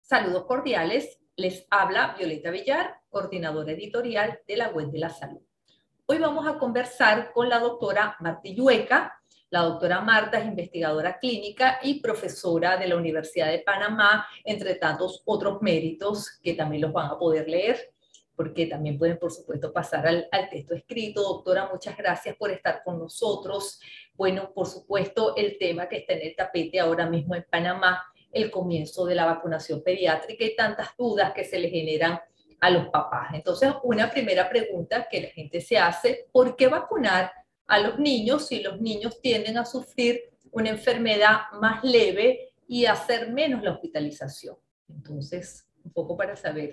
Saludos cordiales, les habla Violeta Villar, coordinadora editorial de la Web de la Salud. Hoy vamos a conversar con la doctora Marta Illueca. La doctora Marta es investigadora clínica y profesora de la Universidad de Panamá, entre tantos otros méritos que también los van a poder leer, porque también pueden, por supuesto, pasar al texto escrito. Doctora, muchas gracias por estar con nosotros. Bueno, por supuesto, el tema que está en el tapete ahora mismo en Panamá, el comienzo de la vacunación pediátrica y tantas dudas que se le generan a los papás. Entonces, una primera pregunta que la gente se hace: ¿por qué vacunar a los niños si los niños tienden a sufrir una enfermedad más leve y a hacer menos la hospitalización? Entonces, un poco para saber.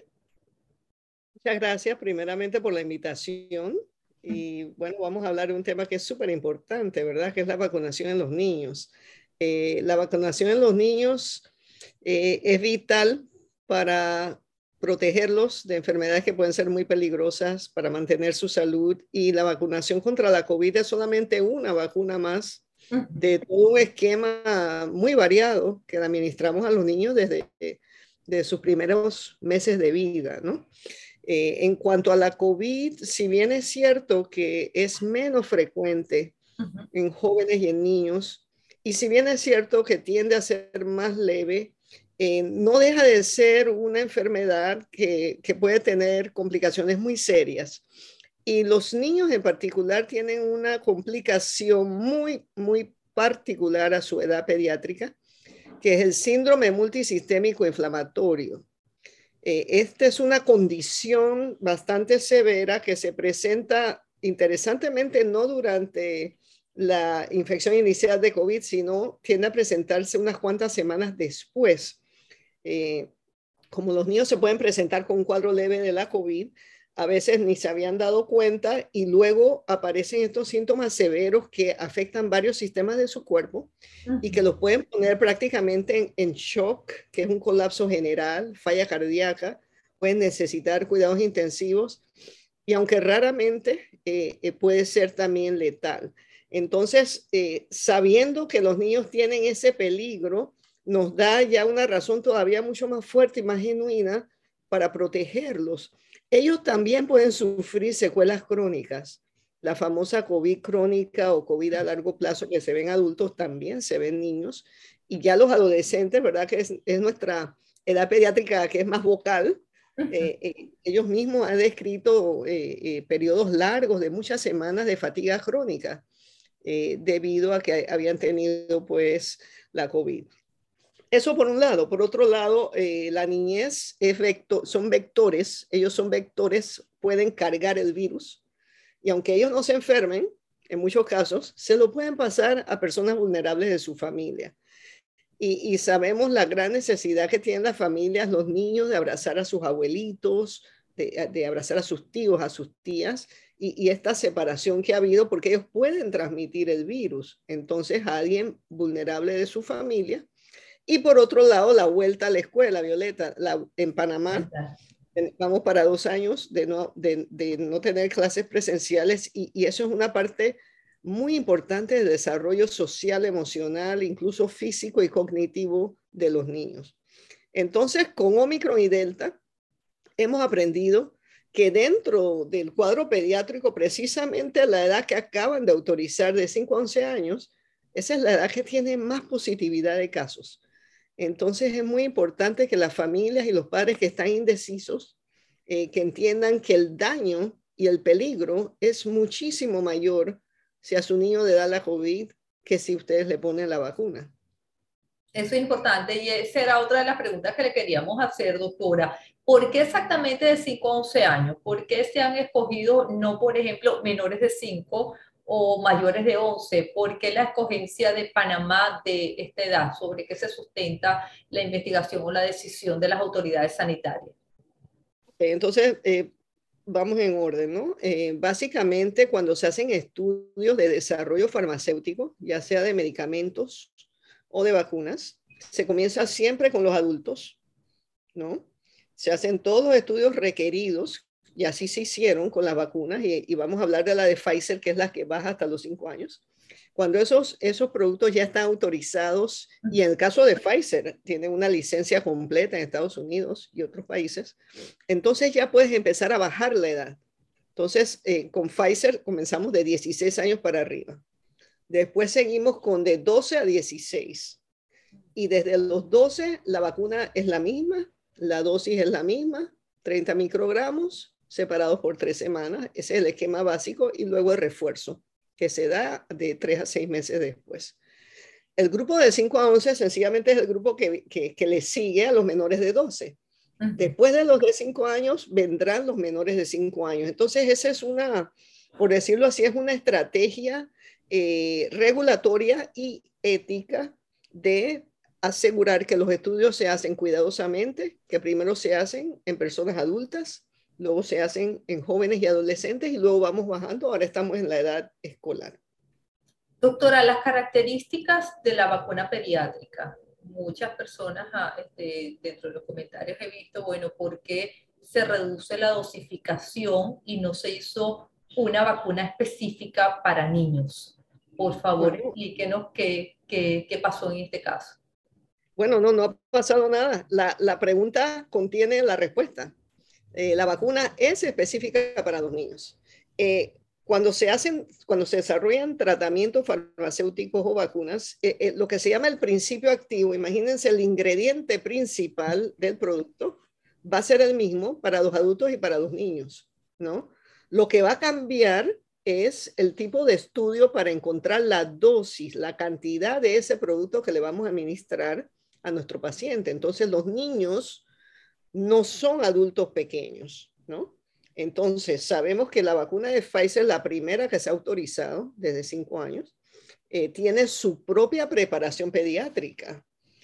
Muchas gracias primeramente por la invitación. Y bueno, vamos a hablar de un tema que es súper importante, ¿verdad? Que es la vacunación en los niños. La vacunación en los niños es vital para protegerlos de enfermedades que pueden ser muy peligrosas, para mantener su salud. Y la vacunación contra la COVID es solamente una vacuna más de todo un esquema muy variado que le administramos a los niños desde de sus primeros meses de vida, ¿no? En cuanto a la COVID, si bien es cierto que es menos frecuente en jóvenes y en niños, y si bien es cierto que tiende a ser más leve, no deja de ser una enfermedad que puede tener complicaciones muy serias. Y los niños en particular tienen una complicación muy particular a su edad pediátrica, que es el síndrome multisistémico inflamatorio. Esta es una condición bastante severa que se presenta interesantemente no durante la infección inicial de COVID, sino tiende a presentarse unas cuantas semanas después. Eh, Como los niños se pueden presentar con un cuadro leve de la COVID, a veces ni se habían dado cuenta y luego aparecen estos síntomas severos que afectan varios sistemas de su cuerpo y que los pueden poner prácticamente en shock, que es un colapso general, falla cardíaca, pueden necesitar cuidados intensivos y aunque raramente puede ser también letal. Entonces, sabiendo que los niños tienen ese peligro, nos da ya una razón todavía mucho más fuerte y más genuina para protegerlos. Ellos también pueden sufrir secuelas crónicas. La famosa COVID crónica o COVID a largo plazo que se ven adultos también se ven niños. Y ya los adolescentes, ¿verdad? Que es nuestra edad pediátrica que es más vocal. Ellos mismos han descrito periodos largos de muchas semanas de fatiga crónica debido a que habían tenido pues la COVID. Eso por un lado. Por otro lado, la niñez es son vectores. Ellos son vectores, pueden cargar el virus. Y aunque ellos no se enfermen, en muchos casos, se lo pueden pasar a personas vulnerables de su familia. Y sabemos la gran necesidad que tienen las familias, los niños, de abrazar a sus abuelitos, de abrazar a sus tíos, a sus tías, y esta separación que ha habido porque ellos pueden transmitir el virus. Entonces, a alguien vulnerable de su familia. Y por otro lado, la vuelta a la escuela, Violeta, en Panamá, vamos para 2 años de no tener clases presenciales y eso es una parte muy importante del desarrollo social, emocional, incluso físico y cognitivo de los niños. Entonces, con Omicron y Delta, hemos aprendido que dentro del cuadro pediátrico, precisamente la edad que acaban de autorizar de 5 a 11 años, esa es la edad que tiene más positividad de casos. Entonces es muy importante que las familias y los padres que están indecisos, que entiendan que el daño y el peligro es muchísimo mayor si a su niño le da la COVID que si ustedes le ponen la vacuna. Eso es importante y esa era otra de las preguntas que le queríamos hacer, doctora. ¿Por qué exactamente de 5 a 11 años? ¿Por qué se han escogido no, por ejemplo, menores de 5 o mayores de 11? ¿Por qué la escogencia de Panamá de esta edad? ¿Sobre qué se sustenta la investigación o la decisión de las autoridades sanitarias? Entonces, vamos en orden, ¿no? Básicamente, cuando se hacen estudios de desarrollo farmacéutico, ya sea de medicamentos o de vacunas, se comienza siempre con los adultos, ¿no? Se hacen todos los estudios requeridos y así se hicieron con las vacunas y vamos a hablar de la de Pfizer, que es la que baja hasta los 5 años. Cuando esos productos ya están autorizados, y en el caso de Pfizer, tiene una licencia completa en Estados Unidos y otros países, entonces ya puedes empezar a bajar la edad. Entonces, con Pfizer comenzamos de 16 años para arriba. Después seguimos con de 12 a 16. Y desde los 12 la vacuna es la misma, la dosis es la misma, 30 microgramos separados por 3 semanas. Ese es el esquema básico y luego el refuerzo que se da de 3 a 6 meses después. El grupo de 5 a 11 sencillamente es el grupo que le sigue a los menores de 12. Después de los de 5 años vendrán los menores de 5 años. Entonces esa es una, por decirlo así, es una estrategia regulatoria y ética de asegurar que los estudios se hacen cuidadosamente, que primero se hacen en personas adultas, luego se hacen en jóvenes y adolescentes y luego vamos bajando. Ahora estamos en la edad escolar. Doctora, las características de la vacuna pediátrica. Muchas personas dentro de los comentarios he visto, bueno, ¿por qué se reduce la dosificación y no se hizo una vacuna específica para niños? Por favor, Bueno, explíquenos qué pasó en este caso. bueno, no ha pasado nada. La pregunta contiene la respuesta. La vacuna es específica para los niños. Cuando se desarrollan tratamientos farmacéuticos o vacunas, lo que se llama el principio activo, imagínense el ingrediente principal del producto, va a ser el mismo para los adultos y para los niños, ¿no? Lo que va a cambiar es el tipo de estudio para encontrar la dosis, la cantidad de ese producto que le vamos a administrar a nuestro paciente. Entonces, los niños no son adultos pequeños, ¿no? Entonces, sabemos que la vacuna de Pfizer, la primera que se ha autorizado desde 5 años, tiene su propia preparación pediátrica.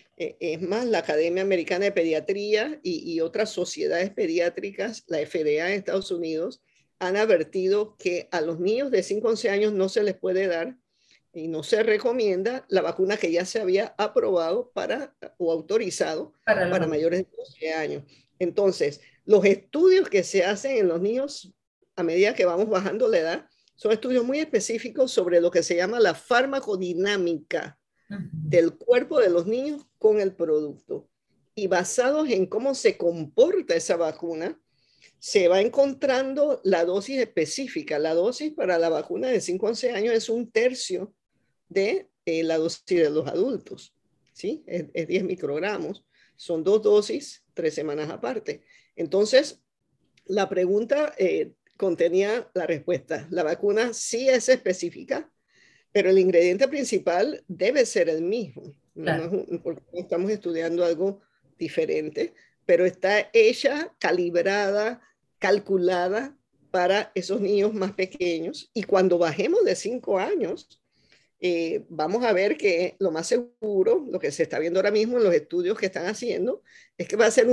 Es más, la Academia Americana de Pediatría y otras sociedades pediátricas, la FDA en Estados Unidos, han advertido que a los niños de 5 a 11 años no se les puede dar y no se recomienda la vacuna que ya se había aprobado para o autorizado para mayores de 12 años. Entonces, los estudios que se hacen en los niños a medida que vamos bajando la edad son estudios muy específicos sobre lo que se llama la farmacodinámica del cuerpo de los niños con el producto. Y basados en cómo se comporta esa vacuna, se va encontrando la dosis específica. La dosis para la vacuna de 5 a 11 años es 1/3 de la dosis de los adultos, ¿sí? Es 10 microgramos. Son 2 dosis, 3 semanas aparte. Entonces, la pregunta contenía la respuesta. La vacuna sí es específica, pero el ingrediente principal debe ser el mismo. Claro. Porque estamos estudiando algo diferente, pero está hecha, calibrada, calculada para esos niños más pequeños. Y cuando bajemos de 5 años, vamos a ver que lo más seguro, lo que se está viendo ahora mismo en los estudios que están haciendo, es que va a ser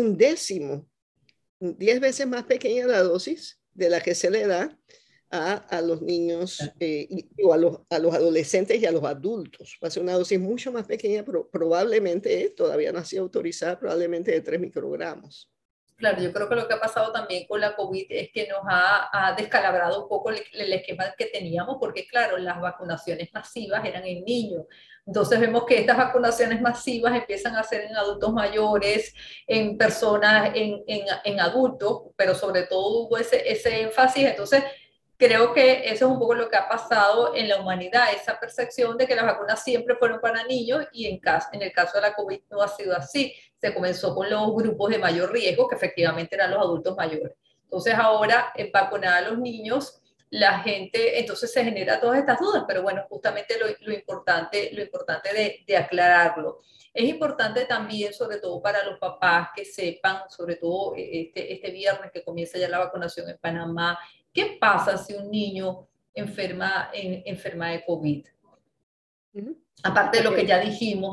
10 veces más pequeña la dosis de la que se le da a los niños o a los adolescentes y a los adultos. Va a ser una dosis mucho más pequeña, pero probablemente todavía no ha sido autorizada, probablemente de 3 microgramos. Claro, yo creo que lo que ha pasado también con la COVID es que nos ha descalabrado un poco el esquema que teníamos, porque claro, las vacunaciones masivas eran en niños. Entonces vemos que estas vacunaciones masivas empiezan a ser en adultos mayores, en personas, en adultos, pero sobre todo hubo ese énfasis. Entonces creo que eso es un poco lo que ha pasado en la humanidad, esa percepción de que las vacunas siempre fueron para niños y en el caso de la COVID no ha sido así. Se comenzó con los grupos de mayor riesgo, que efectivamente eran los adultos mayores. Entonces ahora, vacunar a los niños, la gente, entonces se genera todas estas dudas, pero bueno, justamente lo importante de aclararlo. Es importante también, sobre todo para los papás, que sepan, sobre todo este viernes que comienza ya la vacunación en Panamá, ¿qué pasa si un niño enferma de COVID? Aparte de lo que ya dijimos,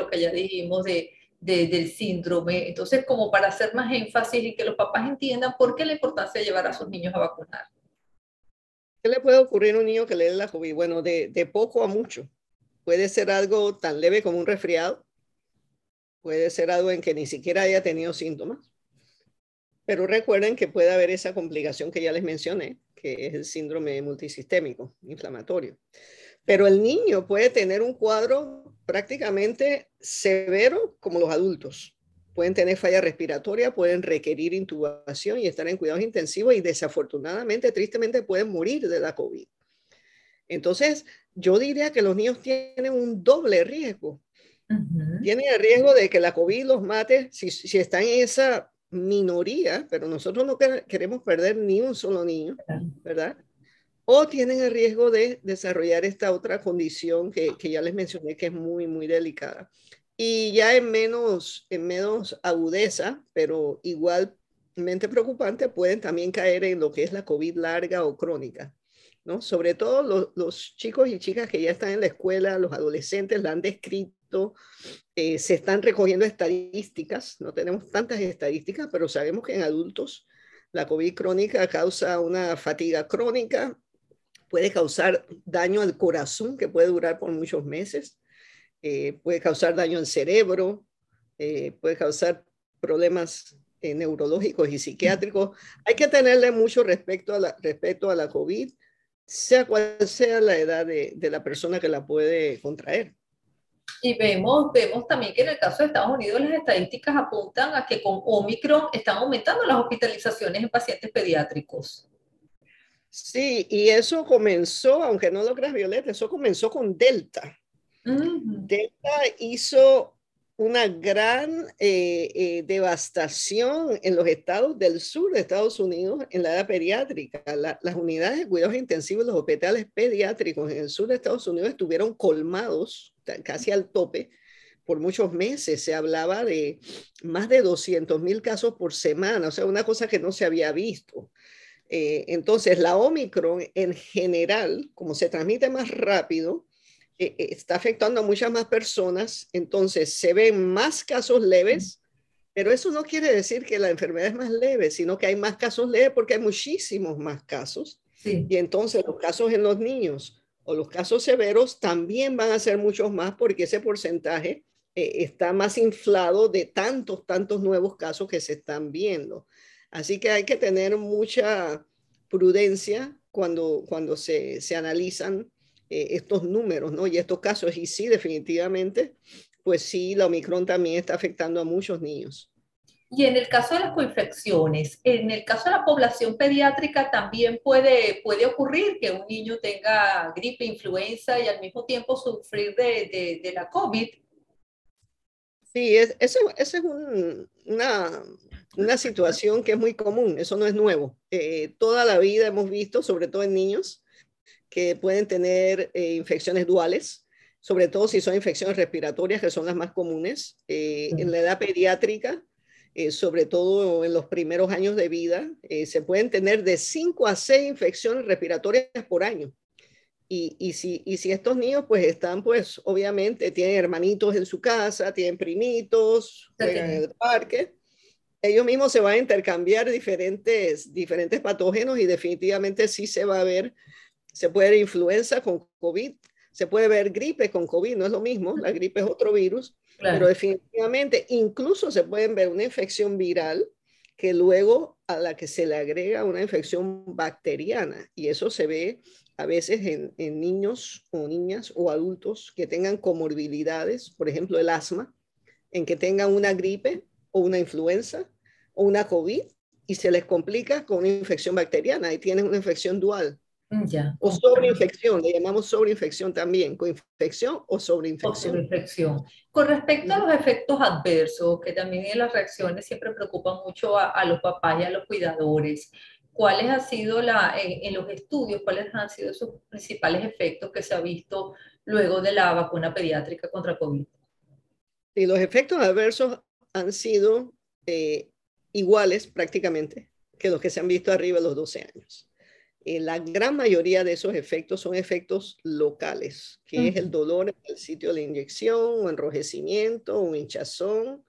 del síndrome. Entonces, como para hacer más énfasis y que los papás entiendan por qué la importancia de llevar a sus niños a vacunar. ¿Qué le puede ocurrir a un niño que le dé la COVID? Bueno, de poco a mucho. Puede ser algo tan leve como un resfriado. Puede ser algo en que ni siquiera haya tenido síntomas. Pero recuerden que puede haber esa complicación que ya les mencioné, que es el síndrome multisistémico inflamatorio. Pero el niño puede tener un cuadro prácticamente severo como los adultos. Pueden tener falla respiratoria, pueden requerir intubación y estar en cuidados intensivos y desafortunadamente, tristemente, pueden morir de la COVID. Entonces, yo diría que los niños tienen un doble riesgo. Tienen el riesgo de que la COVID los mate si están en esa minoría, pero nosotros no queremos perder ni un solo niño, ¿verdad? O tienen el riesgo de desarrollar esta otra condición que ya les mencioné que es muy, muy delicada. Y ya en menos agudeza, pero igualmente preocupante, pueden también caer en lo que es la COVID larga o crónica, ¿no? Sobre todo los chicos y chicas que ya están en la escuela, los adolescentes la han descrito, se están recogiendo estadísticas, no tenemos tantas estadísticas, pero sabemos que en adultos la COVID crónica causa una fatiga crónica, puede causar daño al corazón que puede durar por muchos meses, puede causar daño al cerebro, puede causar problemas neurológicos y psiquiátricos. Hay que tenerle mucho respeto a la COVID, sea cual sea la edad de la persona que la puede contraer. Y vemos también que en el caso de Estados Unidos las estadísticas apuntan a que con Omicron están aumentando las hospitalizaciones en pacientes pediátricos. Sí, y eso comenzó, aunque no lo creas, Violeta, eso comenzó con Delta. Delta hizo una gran devastación en los estados del sur de Estados Unidos en la edad pediátrica. Las unidades de cuidados intensivos, los hospitales pediátricos en el sur de Estados Unidos estuvieron colmados casi al tope por muchos meses. Se hablaba de más de 200,000 casos por semana, o sea, una cosa que no se había visto. Entonces, la Omicron en general, como se transmite más rápido, está afectando a muchas más personas, entonces se ven más casos leves, pero eso no quiere decir que la enfermedad es más leve, sino que hay más casos leves porque hay muchísimos más casos. Sí. Y entonces los casos en los niños o los casos severos también van a ser muchos más porque ese porcentaje está más inflado de tantos nuevos casos que se están viendo. Así que hay que tener mucha prudencia cuando se analizan estos números, ¿no? Y estos casos. Y sí, definitivamente, pues sí, la Omicron también está afectando a muchos niños. Y en el caso de las coinfecciones, en el caso de la población pediátrica también puede ocurrir que un niño tenga gripe, influenza y al mismo tiempo sufrir de la COVID. Sí, eso es una situación que es muy común, eso no es nuevo. Toda la vida hemos visto, sobre todo en niños, que pueden tener infecciones duales, sobre todo si son infecciones respiratorias, que son las más comunes. En la edad pediátrica, sobre todo en los primeros años de vida, se pueden tener de 5 a 6 infecciones respiratorias por año. Y si estos niños pues están, pues obviamente tienen hermanitos en su casa, tienen primitos, juegan en el parque, ellos mismos se van a intercambiar diferentes patógenos y definitivamente sí se va a ver, se puede ver influenza con COVID, se puede ver gripe con COVID, no es lo mismo, la gripe es otro virus, Claro. pero definitivamente incluso se pueden ver una infección viral que luego a la que se le agrega una infección bacteriana y eso se ve a veces en niños o niñas o adultos que tengan comorbilidades, por ejemplo el asma, en que tengan una gripe o una influenza o una COVID y se les complica con una infección bacteriana y tienen una infección dual. Ya. O sobreinfección, le llamamos sobreinfección también, coinfección o sobreinfección. Sobreinfección. Con respecto a los efectos adversos, que también en las reacciones siempre preocupan mucho a los papás y a los cuidadores, ¿cuáles han sido en los estudios, cuáles han sido esos principales efectos que se ha visto luego de la vacuna pediátrica contra COVID? Y los efectos adversos han sido iguales prácticamente que los que se han visto arriba de los 12 años. La gran mayoría de esos efectos son efectos locales, que es el dolor en el sitio de la inyección, o enrojecimiento, o hinchazón,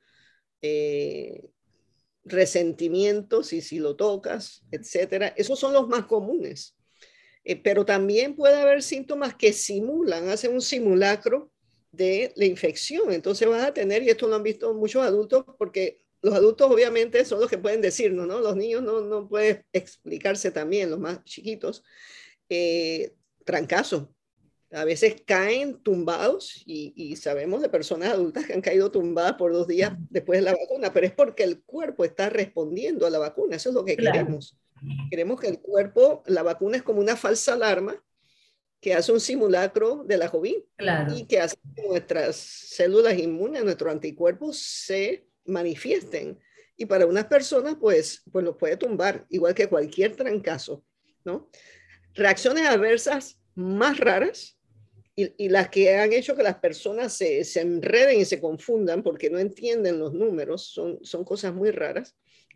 resentimiento si lo tocas, etcétera. Esos son los más comunes. Pero también puede haber síntomas que simulan, hacen un simulacro de la infección. Entonces vas a tener, y esto lo han visto muchos adultos, porque los adultos obviamente son los que pueden decirnos, ¿no? Los niños no pueden explicarse también, los más chiquitos. Trancazo, A veces caen tumbados y sabemos de personas adultas que han caído tumbadas por 2 días después de la vacuna, pero es porque el cuerpo está respondiendo a la vacuna. Eso es lo que Claro, queremos. Queremos que el cuerpo, la vacuna es como una falsa alarma que hace un simulacro de la COVID y claro. que hace que nuestras células inmunes, nuestros anticuerpos se manifiesten. Y para unas personas, pues los puede tumbar, igual que cualquier trancazo, ¿no? Reacciones adversas más raras y las que han hecho que las personas se enreden y se confundan porque no entienden los números, son cosas muy raras.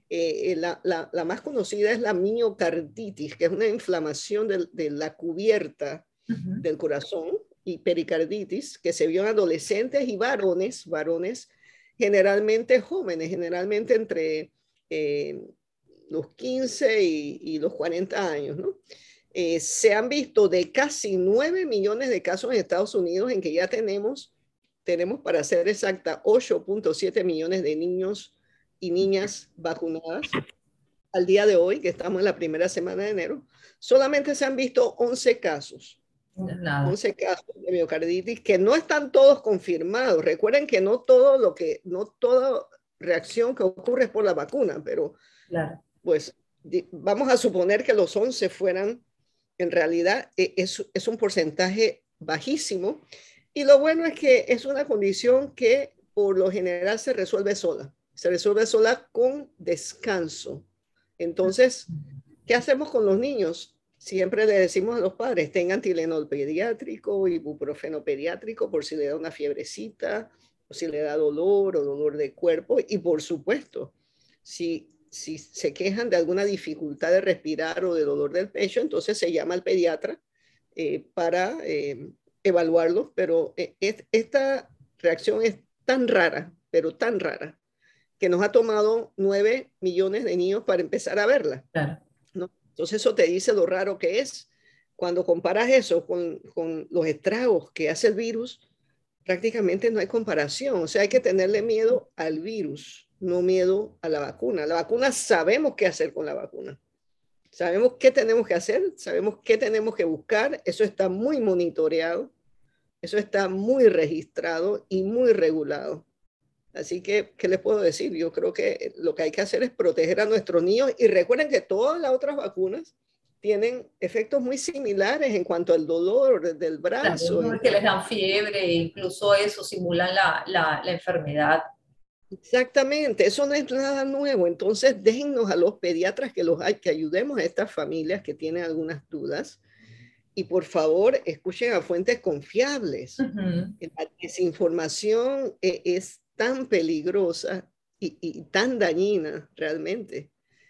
La más conocida es la miocarditis, que es una inflamación de la cubierta Ujú. del corazón, y pericarditis, que se vio en adolescentes y varones generalmente jóvenes, generalmente entre los 15 y los 40 años, ¿no? Se han visto de casi 9 millones de casos en Estados Unidos en que ya tenemos para ser exacta 8.7 millones de niños y niñas vacunadas al día de hoy, que estamos en la primera semana de enero. Solamente se han visto 11 casos. Nada, 11 casos de miocarditis que no están todos confirmados. Recuerden que no toda reacción que ocurre es por la vacuna, pero claro. pues vamos a suponer que los 11 fueran, en realidad es un porcentaje bajísimo. Y lo bueno es que es una condición que por lo general se resuelve sola con descanso. Entonces, ¿qué hacemos con los niños? Siempre le decimos a los padres, tengan Tylenol pediátrico, ibuprofeno pediátrico, por si le da una fiebrecita, o si le da dolor o dolor de cuerpo. Y por supuesto, si se quejan de alguna dificultad de respirar o de dolor del pecho, entonces se llama al pediatra para evaluarlos. Pero esta reacción es tan rara, pero tan rara, que nos ha tomado 9 millones de niños para empezar a verla, Claro. ¿no? Entonces eso te dice lo raro que es. Cuando comparas eso con los estragos que hace el virus, prácticamente no hay comparación. O sea, hay que tenerle miedo al virus, no miedo a la vacuna. La vacuna sabemos qué hacer con la vacuna. Sabemos qué tenemos que hacer, sabemos qué tenemos que buscar. Eso está muy monitoreado, eso está muy registrado y muy regulado. Así que, ¿qué les puedo decir? Yo creo que lo que hay que hacer es proteger a nuestros niños y recuerden que todas las otras vacunas tienen efectos muy similares en cuanto al dolor del Claro, brazo. no es que les dan fiebre, incluso eso, simulan la enfermedad. Exactamente, eso no es nada nuevo. Entonces, déjennos a los pediatras que los hay, que ayudemos a estas familias que tienen algunas dudas y por favor escuchen a fuentes confiables. Ujú. La desinformación es tan peligrosa y tan dañina realmente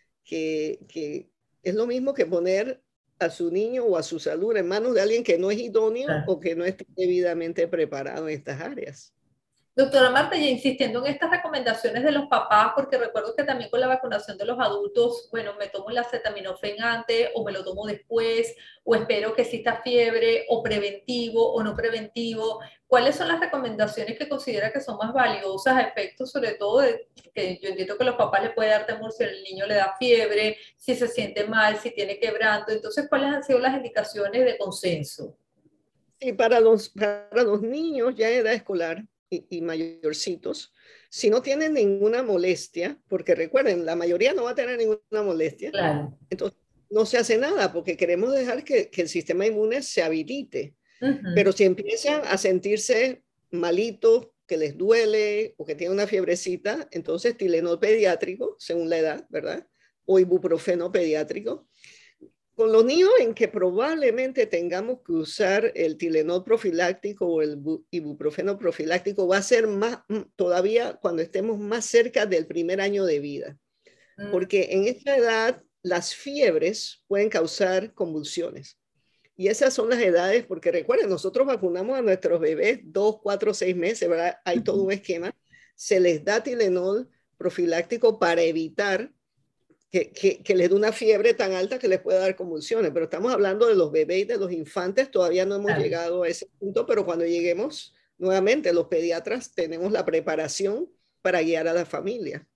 que es lo mismo que poner a su niño o a su salud en manos de alguien que no es idóneo Claro. o que no esté debidamente preparado en estas áreas. Doctora Marta, y insistiendo en estas recomendaciones de los papás, porque recuerdo que también con la vacunación de los adultos, bueno, me tomo el acetaminofén antes o me lo tomo después, o espero que exista fiebre, o preventivo o no preventivo. ¿Cuáles son las recomendaciones que considera que son más valiosas a efectos, sobre todo, de que yo entiendo que a los papás les puede dar temor si el niño le da fiebre, si se siente mal, si tiene quebranto? Entonces, ¿cuáles han sido las indicaciones de consenso? Y para los niños ya en edad escolar y mayorcitos, si no tienen ninguna molestia, porque recuerden, la mayoría no va a tener ninguna molestia, Claro. entonces no se hace nada porque queremos dejar que el sistema inmune se habilite. Pero Ujú. si empiezan a sentirse malitos, que les duele o que tienen una fiebrecita, entonces Tylenol pediátrico, según la edad, ¿verdad? O ibuprofeno pediátrico. Con los niños en que probablemente tengamos que usar el Tylenol profiláctico o el ibuprofeno profiláctico, va a ser más todavía cuando estemos más cerca del primer año de vida, Mm. porque en esta edad las fiebres pueden causar convulsiones. Y esas son las edades, porque recuerden, nosotros vacunamos a nuestros bebés 2, 4, 6 meses, ¿verdad? Hay todo un esquema. Se les da Tylenol profiláctico para evitar que les dé una fiebre tan alta que les pueda dar convulsiones. Pero estamos hablando de los bebés y de los infantes, todavía no hemos Claro. llegado a ese punto, pero cuando lleguemos, nuevamente, los pediatras tenemos la preparación para guiar a la familia.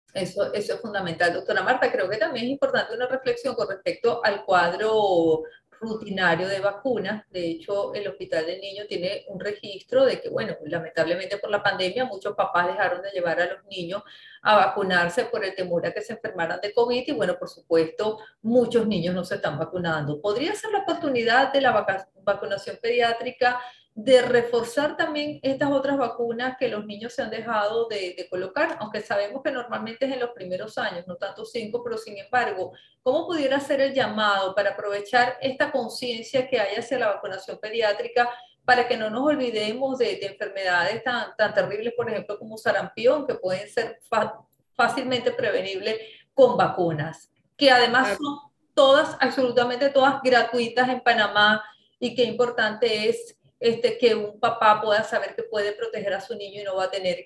Eso es fundamental, doctora Marta. Creo que también es importante una reflexión con respecto al cuadro rutinario de vacunas. De hecho, el Hospital del Niño tiene un registro de que, bueno, lamentablemente por la pandemia muchos papás dejaron de llevar a los niños a vacunarse por el temor a que se enfermaran de COVID y, bueno, por supuesto, muchos niños no se están vacunando. ¿Podría ser la oportunidad de la vacunación pediátrica de reforzar también estas otras vacunas que los niños se han dejado de colocar? Aunque sabemos que normalmente es en los primeros años, no tanto 5, pero sin embargo, ¿cómo pudiera ser el llamado para aprovechar esta conciencia que hay hacia la vacunación pediátrica para que no nos olvidemos de enfermedades tan terribles, por ejemplo, como sarampión, que pueden ser fácilmente prevenibles con vacunas, que además Claro, son todas, absolutamente todas gratuitas en Panamá, y qué importante es que un papá pueda saber que puede proteger a su niño y no va a tener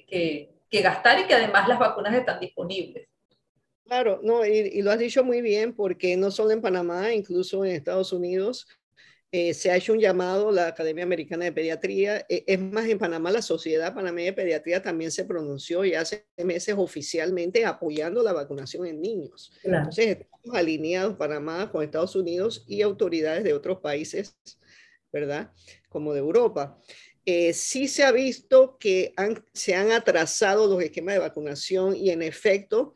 que gastar, y que además las vacunas están disponibles. claro, no, y lo has dicho muy bien porque no solo en Panamá, incluso en Estados Unidos, se ha hecho un llamado, la Academia Americana de Pediatría, es más, en Panamá la Sociedad Panameña de Pediatría también se pronunció ya hace meses oficialmente apoyando la vacunación en niños. Claro. Entonces, estamos alineados Panamá con Estados Unidos y autoridades de otros países, ¿verdad? Como de Europa. Sí se ha visto que se han atrasado los esquemas de vacunación y en efecto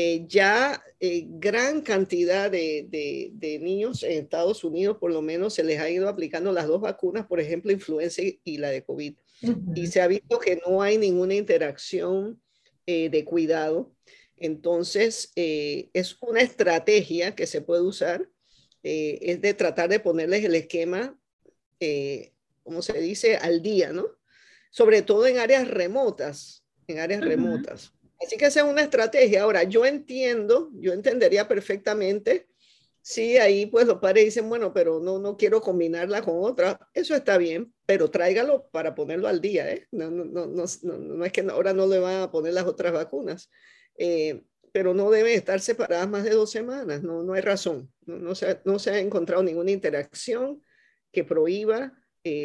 ya gran cantidad de niños en Estados Unidos por lo menos se les ha ido aplicando las dos vacunas, por ejemplo, influenza y la de COVID. Y se ha visto que no hay ninguna interacción de cuidado. Entonces, es una estrategia que se puede usar, es de tratar de ponerles el esquema como se dice, al día, ¿no? Sobre todo en áreas remotas, en áreas Ujú. remotas. Así que esa es una estrategia. Ahora, yo entendería perfectamente si ahí pues los padres dicen, bueno, pero no quiero combinarla con otra. Eso está bien, pero tráigalo para ponerlo al día, ¿eh? No es que ahora no le van a poner las otras vacunas, pero no deben estar separadas más de 2 semanas, no hay razón. No se ha encontrado ninguna interacción que prohíba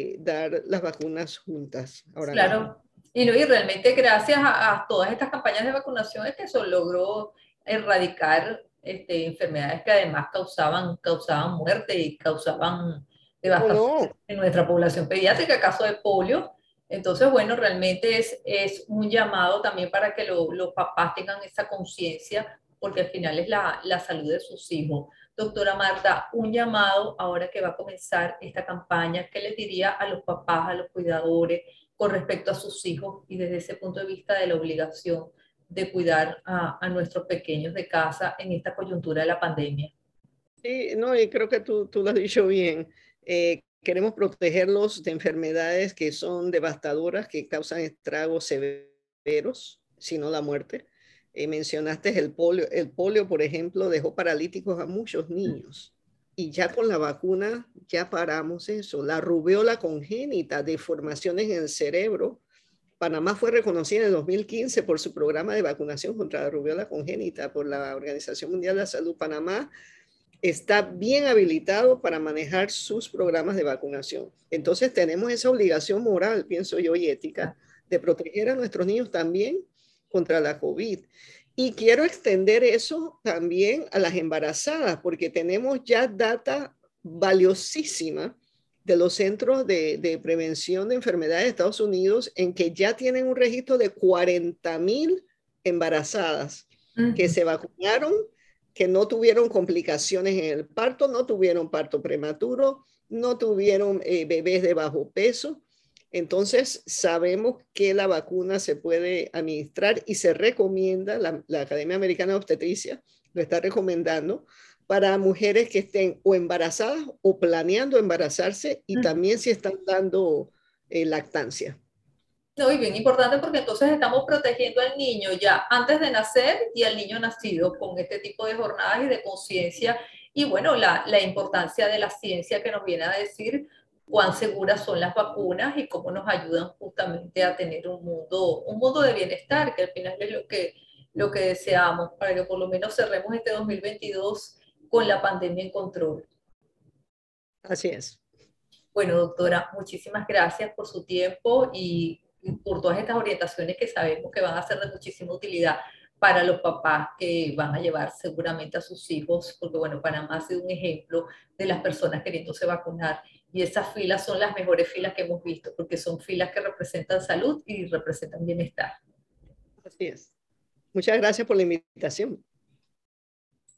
dar las vacunas juntas ahora mismo. Claro, y, no, y realmente gracias a todas estas campañas de vacunación es que se logró erradicar enfermedades que además causaban muerte y causaban ¿Cómo devastación no? en nuestra población pediátrica, caso de polio. Entonces, bueno, realmente es un llamado también para que los papás tengan esa conciencia, porque al final es la salud de sus hijos. Doctora Marta, un llamado ahora que va a comenzar esta campaña, ¿qué les diría a los papás, a los cuidadores, con respecto a sus hijos y desde ese punto de vista de la obligación de cuidar a nuestros pequeños de casa en esta coyuntura de la pandemia? Sí, no, y creo que tú lo has dicho bien. Queremos protegerlos de enfermedades que son devastadoras, que causan estragos severos, si no la muerte. Mencionaste el polio. El polio, por ejemplo, dejó paralíticos a muchos niños. Y ya con la vacuna ya paramos eso. La rubiola congénita, deformaciones en el cerebro. Panamá fue reconocida en el 2015 por su programa de vacunación contra la rubiola congénita por la Organización Mundial de la Salud. Panamá está bien habilitado para manejar sus programas de vacunación. Entonces tenemos esa obligación moral, pienso yo, y ética, de proteger a nuestros niños también contra la COVID. Y quiero extender eso también a las embarazadas, porque tenemos ya data valiosísima de los centros de prevención de enfermedades de Estados Unidos en que ya tienen un registro de 40,000 embarazadas que Ujú. se vacunaron, que no tuvieron complicaciones en el parto, no tuvieron parto prematuro, no tuvieron bebés de bajo peso. Entonces, sabemos que la vacuna se puede administrar y se recomienda, la Academia Americana de Obstetricia lo está recomendando para mujeres que estén o embarazadas o planeando embarazarse y también si están dando lactancia. No, y bien importante porque entonces estamos protegiendo al niño ya antes de nacer y al niño nacido con este tipo de jornadas y de conciencia. Y bueno, la importancia de la ciencia que nos viene a decir cuán seguras son las vacunas y cómo nos ayudan justamente a tener un mundo de bienestar, que al final es lo que deseamos, para que por lo menos cerremos este 2022 con la pandemia en control. Así es. Bueno, doctora, muchísimas gracias por su tiempo y por todas estas orientaciones que sabemos que van a ser de muchísima utilidad para los papás que van a llevar seguramente a sus hijos, porque bueno, Panamá ha sido un ejemplo de las personas queriéndose vacunar y esas filas son las mejores filas que hemos visto, porque son filas que representan salud y representan bienestar. Así es. Muchas gracias por la invitación.